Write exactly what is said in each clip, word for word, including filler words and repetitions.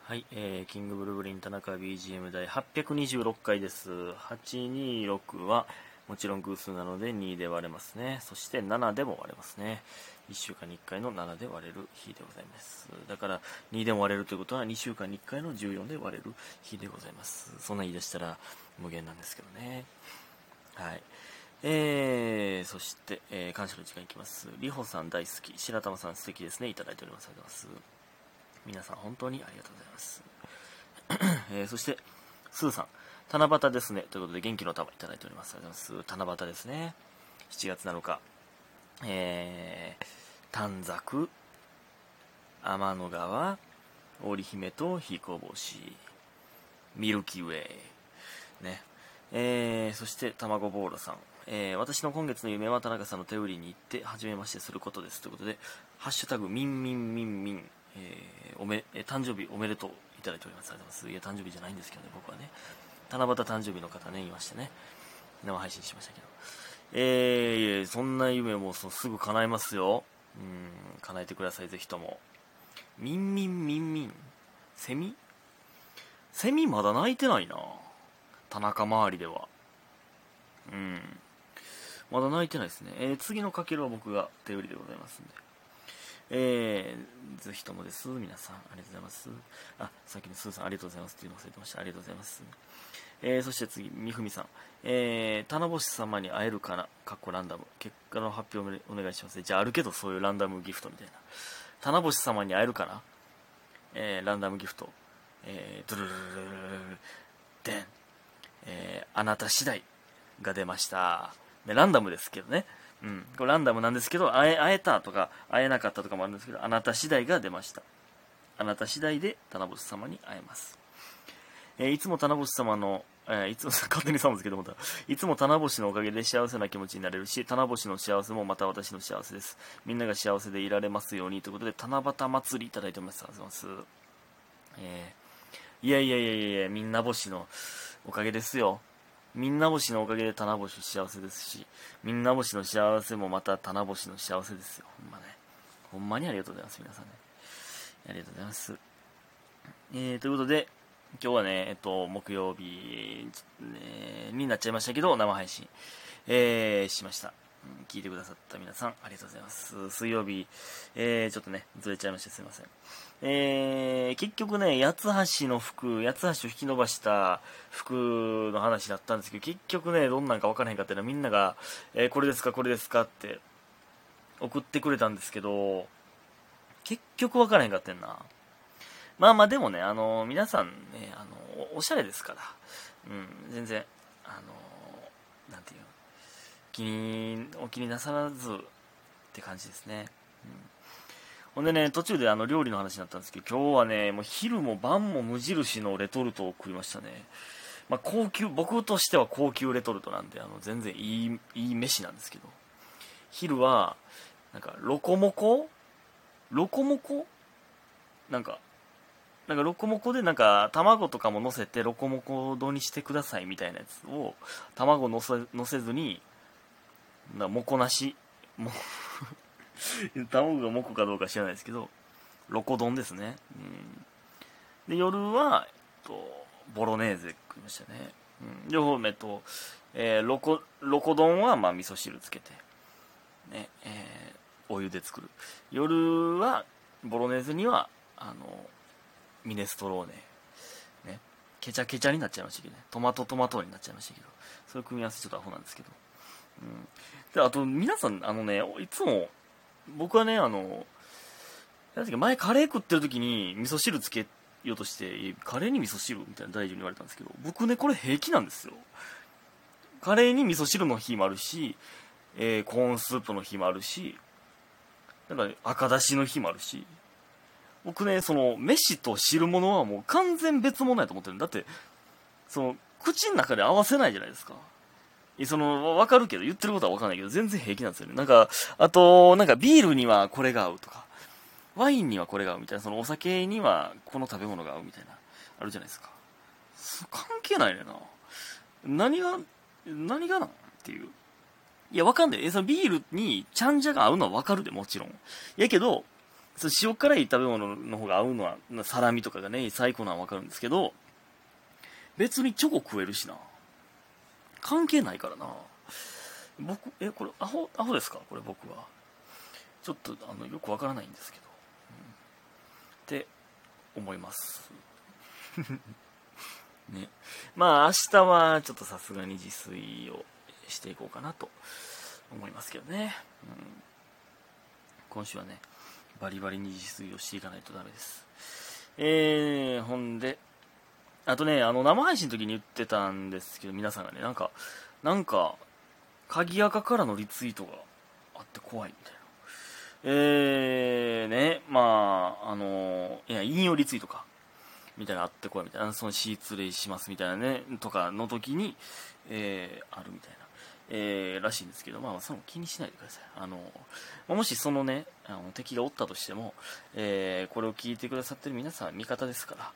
はい、えー、キングブルブリン田中 ビージーエム 第はっぴゃくにじゅうろっかいです。はちにろくはもちろん偶数なのでにで割れますね。そしてななでも割れますね。いっしゅうかんにいっかいのななで割れる日でございます。だからにでも割れるということはにしゅうかんにいっかいのじゅうよんで割れる日でございます。そんな言い出したら無限なんですけどね。はい。えー、そして、えー、感謝の時間いきます。りほさん大好き、白玉さん素敵ですね、いただいております。ありがとうございます。皆さん本当にありがとうございます。えー、そして、スーさん、七夕ですね。ということで、元気の玉いただいております。ありがとうございます。七夕ですね。しちがつなのか、えー、短冊、天の川、織姫と彦星、ミルキーウェイ、ね。えー、そして、卵ボーロさん、えー、私の今月の夢は田中さんの手売りに行って、初めましてすることです。ということで、ハッシュタグ、ミンミンミンミン、えー、おめ、えー、誕生日おめでとういただいております。ありがとうございます。いや、誕生日じゃないんですけどね、僕はね。七夕誕生日の方ね、いましてね。生配信しましたけど。えー、そんな夢もそうすぐ叶えますよ。うん、叶えてください、ぜひとも。ミンミンミンミン。セミセミまだ鳴いてないな。田中周りでは。うん。まだ鳴いてないですね。えー、次のかけるは僕が手売りでございますんで。えー、ぜひともです。皆さん、ありがとうございます。あ、さっきのスーさん、ありがとうございますっていうの忘れてました。ありがとうございます。えー、そして次、みふみさん。えー、棚星様に会えるかなかっこランダム。結果の発表お願いします。じゃあ、あるけど、そういうランダムギフトみたいな。棚星様に会えるかなえー、ランダムギフト。えー、ドゥルルルルルルルでん。えー、あなた次第が出ました。ね、ランダムですけどね。うん、これランダムなんですけど、会え、会えたとか、会えなかったとかもあるんですけど、あなた次第が出ました。あなた次第で、棚星様に会えます。えー、いつも棚星様の、えー、いつも、勝手に様ですけども、いつも棚星のおかげで幸せな気持ちになれるし、棚星の幸せもまた私の幸せです。みんなが幸せでいられますようにということで、七夕祭りいただいております。ありがとうございます。えー、いやいやいやいや、みんな星のおかげですよ。みんな星のおかげで棚星幸せですし、みんな星の幸せもまた棚星の幸せですよ。ほんまね。ほんまにありがとうございます、皆さんね。ありがとうございます。えー、ということで、今日はね、えっと、木曜日、ね、になっちゃいましたけど、生配信、えー、しました。聞いてくださった皆さん、ありがとうございます。水曜日、えー、ちょっとね、ずれちゃいましてすいません。えー、結局ね、八つ橋の服、八つ橋を引き伸ばした服の話だったんですけど、結局ね、どんなんか分からへんかったらみんなが、えー、これですか、これですかって送ってくれたんですけど、結局分からへんかったんな。まあまあでもね、あのー、皆さんね、あのー、おしゃれですから、うん、全然、あのー、なんていうの、気に、お気になさらずって感じですね。うん、ほんでね、途中であの料理の話になったんですけど、今日はね、もう昼も晩も無印のレトルトを食いましたね。まあ高級、僕としては高級レトルトなんで、あの全然いい、いい飯なんですけど、昼は、なんか、ロコモコロコモコなんか、なんかロコモコでなんか卵とかも乗せてロコモコ丼にしてくださいみたいなやつを卵乗せ乗せずになモコなしも卵がモコかどうか知らないですけどロコ丼ですね、うん、で夜は、えっと、ボロネーゼ食いましたね、うん、両方目と、えー、ロコロコ丼はまあ味噌汁つけてね、えー、お湯で作る。夜はボロネーゼにはあのミネストローネ、ね、ケチャケチャになっちゃいましたけどね、トマトトマトになっちゃいましたけど、そういう組み合わせちょっとアホなんですけど、うん、であと皆さんあのね、いつも僕はね、あの前カレー食ってる時に味噌汁つけようとしてカレーに味噌汁みたいな大臣に言われたんですけど、僕ねこれ平気なんですよ。カレーに味噌汁の日もあるし、えー、コーンスープの日もあるし、なんか、ね、赤だしの日もあるし、僕ね、その飯と汁物はもう完全別物やと思ってるんだって、その口の中で合わせないじゃないですか。その分かるけど、言ってることは分かんないけど全然平気なんですよね。なんかあとなんかビールにはこれが合うとか、ワインにはこれが合うみたいな、そのお酒にはこの食べ物が合うみたいなあるじゃないですか。関係ないねんな。何が何がなんっていう。いや分かんない。そのビールにちゃんじゃが合うのは分かるで、もちろんやけど、 そう塩辛い食べ物の方が合うのはサラミとかがね最高なのは分かるんですけど、別にチョコ食えるしな、関係ないからな。僕えこれアホアホですかこれ。僕はちょっとあのよく分からないんですけど、うん、って思いますね。まあ明日はちょっとさすがに自炊をしていこうかなと思いますけどね、うん、今週はねバリバリに自炊をしていかないとダメです。えー、ほんであとね、あの生配信の時に言ってたんですけど、皆さんがねなんかなんか鍵垢からのリツイートがあって怖いみたいな。えーね、まああのいや引用リツイートかみたいなあってこいみたいな、その失礼しますみたいなねとかの時に、えー、あるみたいな、えー、らしいんですけど、まあその気にしないでください。あのもしそのねあの敵がおったとしても、えー、これを聞いてくださってる皆さんは味方ですから、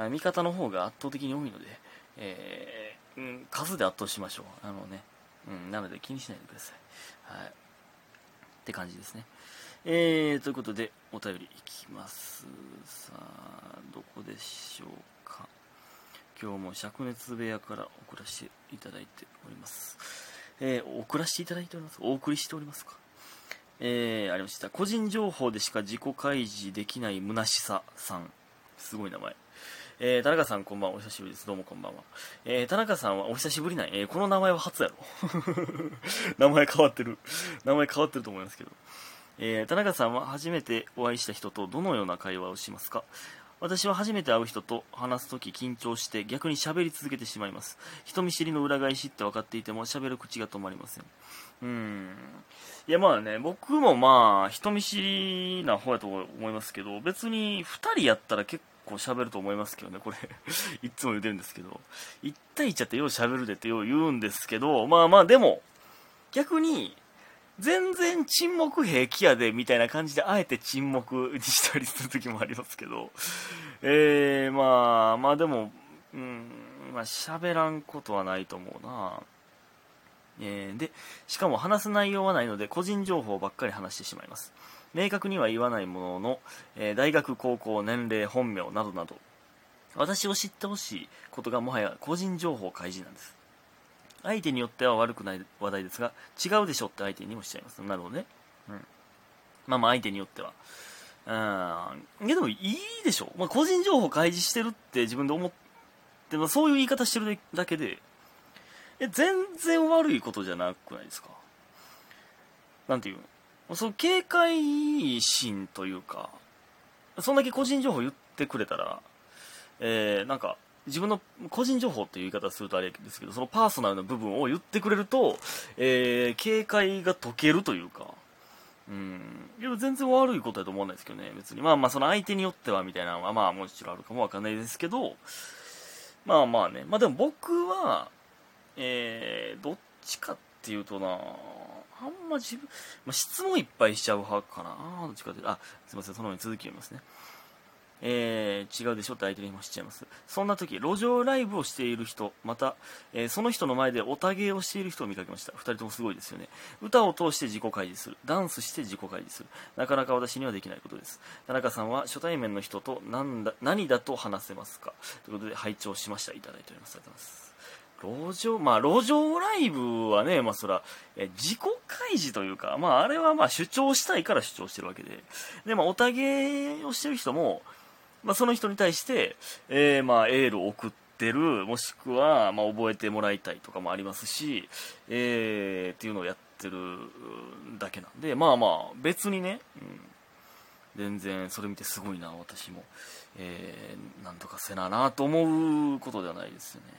味方の方が圧倒的に多いので、えーうん、数で圧倒しましょう。あのね、うん、なので気にしないでください。はい、って感じですね。えー、ということでお便りいきます。さあどこでしょうか。今日も灼熱部屋から送らせていただいております。えー、送らせていただいておりますお送りしておりますか。えー、ありました。個人情報でしか自己開示できない虚しささん、すごい名前。えー、田中さんこんばんは、お久しぶりです。どうもこんばんは。えー、田中さんはお久しぶりなん、えー、この名前は初やろ名前変わってる名前変わってると思いますけど、えー、田中さんは初めてお会いした人とどのような会話をしますか。私は初めて会う人と話すとき緊張して逆に喋り続けてしまいます。人見知りの裏返しって分かっていても喋る口が止まりません。うーんいやまあね、僕もまあ人見知りな方やと思いますけど、別にふたりやったら結構喋ると思いますけどね。これいつも言ってるんですけど、いち対いちやってよう喋るでってよう言うんですけど、まあまあでも逆に全然沈黙平気やでみたいな感じであえて沈黙にしたりする時もありますけど、えー、まあまあでもうんまあ喋らんことはないと思うな。えー、でしかも話す内容はないので個人情報ばっかり話してしまいます。明確には言わないものの、えー、大学高校年齢本名などなど私を知ってほしいことがもはや個人情報開示なんです。相手によっては悪くない話題ですが違うでしょって相手にもしちゃいます。なるほどね、うん、まあまあ相手によってはうんいやでもいいでしょ、まあ、個人情報開示してるって自分で思ってもそういう言い方してるだけでえ全然悪いことじゃなくないですか。なんていうの、その警戒心というか、そんだけ個人情報言ってくれたら、えー、なんか自分の個人情報っていう言い方するとあれですけど、そのパーソナルな部分を言ってくれると、えー、警戒が解けるというか、うんいや全然悪いことだと思わないですけどね。別にまあまあその相手によってはみたいなのはまあもちろんあるかもわかんないですけど、まあまあね、まあでも僕はえー、どっちかっていうとな、あんま自分、まあ、質問いっぱいしちゃう派かな。どっちかっていうと、あ、すいません、そのように続き読みますね。えー、違うでしょって相手にもしちゃいます。そんな時、路上ライブをしている人、また、えー、その人の前でオタ芸をしている人を見かけました。二人ともすごいですよね。歌を通して自己開示する。ダンスして自己開示する。なかなか私にはできないことです。田中さんは初対面の人と何だ、何だと話せますかということで、拝聴しました。いただいております。ありがとうございます。路上、まあ、路上ライブはね、まあ、そら、え自己開示というか、まあ、あれはまあ、主張したいから主張してるわけで。で、まあ、おたげをしてる人も、まあ、その人に対して、えー、まあ、エールを送ってる、もしくは、まあ、覚えてもらいたいとかもありますし、えー、っていうのをやってるだけなんで、まあまあ、別にね、うん、全然それ見てすごいな、私も、えー、なんとかせななと思うことではないですよね。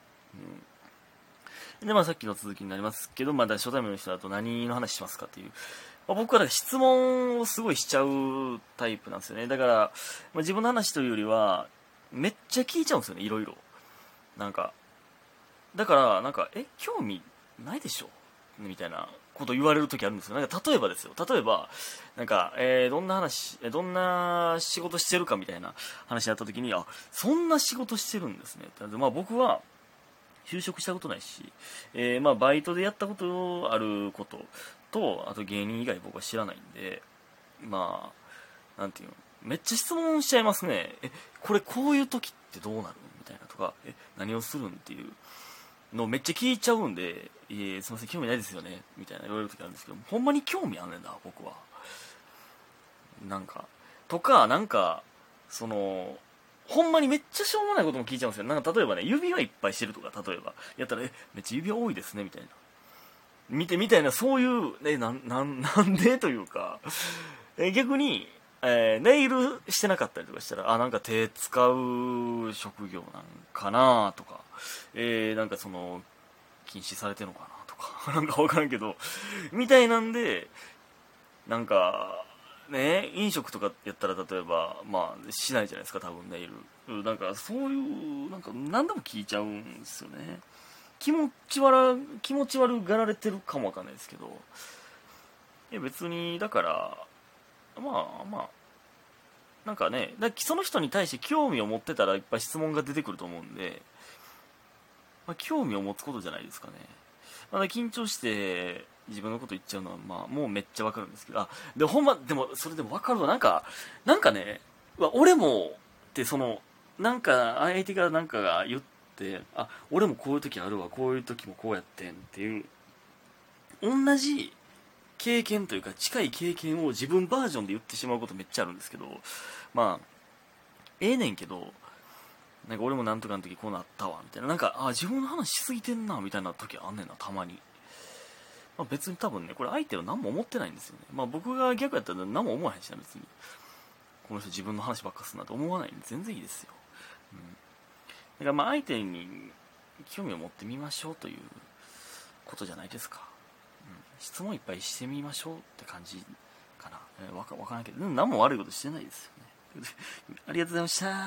うん、でまあさっきの続きになりますけど、まだ初対面の人だと何の話しますかっていう、まあ、僕は質問をすごいしちゃうタイプなんですよね。だから、まあ、自分の話というよりはめっちゃ聞いちゃうんですよね、いろいろ。なんかだからなんかえ興味ないでしょみたいなこと言われる時あるんですよ。なんか例えばですよ、例えばなんか、えー、どんな話どんな仕事してるかみたいな話になった時に、あ、そんな仕事してるんですね。まあ僕は就職したことないし、えー、まあバイトでやったことあることと、あと芸人以外僕は知らないんで、まあなんていうの、めっちゃ質問しちゃいますね。え、これこういう時ってどうなるみたいなとか、え、何をするんっていうのをめっちゃ聞いちゃうんで、いえ、すいません、興味ないですよね、みたいな言われる時あるんですけど、ほんまに興味あんねんな、僕は。なんか、とか、なんか、その、ほんまにめっちゃしょうもないことも聞いちゃうんですよ。なんか例えばね、指輪いっぱいしてるとか、例えば、やったら、え、めっちゃ指輪多いですね、みたいな。見てみたいな、そういう、ね、なん、なん、なんでというか、え逆に、えーネイルしてなかったりとかしたら、あ、なんか手使う職業なんかなとか、えー、なんかその、禁止されてるのかなとか、なんかわからんけど、みたいなんで、なんか、ね、飲食とかやったら例えば、まあ、しないじゃないですか、多分ネイル。なんか、そういう、なんか、何でも聞いちゃうんですよね。気持ち悪、気持ち悪がられてるかもわかんないですけど、いや別に、だから、まあまあ、なんかね、だその人に対して興味を持ってたらいっぱい質問が出てくると思うんで、まあ、興味を持つことじゃないですかね。まだ緊張して自分のこと言っちゃうのは、まあ、もうめっちゃわかるんですけど、あ、でもほんま、でも、それでもわかるわ。なんか、なんかね、うわ俺も、ってその、なんか、相手がなんかが言って、あ、俺もこういう時あるわ、こういう時もこうやってんっていう、同じ経験というか、近い経験を自分バージョンで言ってしまうことめっちゃあるんですけど、まあ、ええねんけど、なんか俺もなんとかの時こうなったわみたいな、なんかあ自分の話しすぎてんなみたいな時あんねんな、たまに。まあ、別に多分ね、これ相手は何も思ってないんですよね。まあ僕が逆やったら何も思わへんしな、別に。この人自分の話ばっかすんなと思わないんで全然いいですよ。うん、だからまあ相手に興味を持ってみましょうということじゃないですか。うん、質問いっぱいしてみましょうって感じかな。えー、わかわからんけど、でも何も悪いことしてないですよね。ありがとうございました。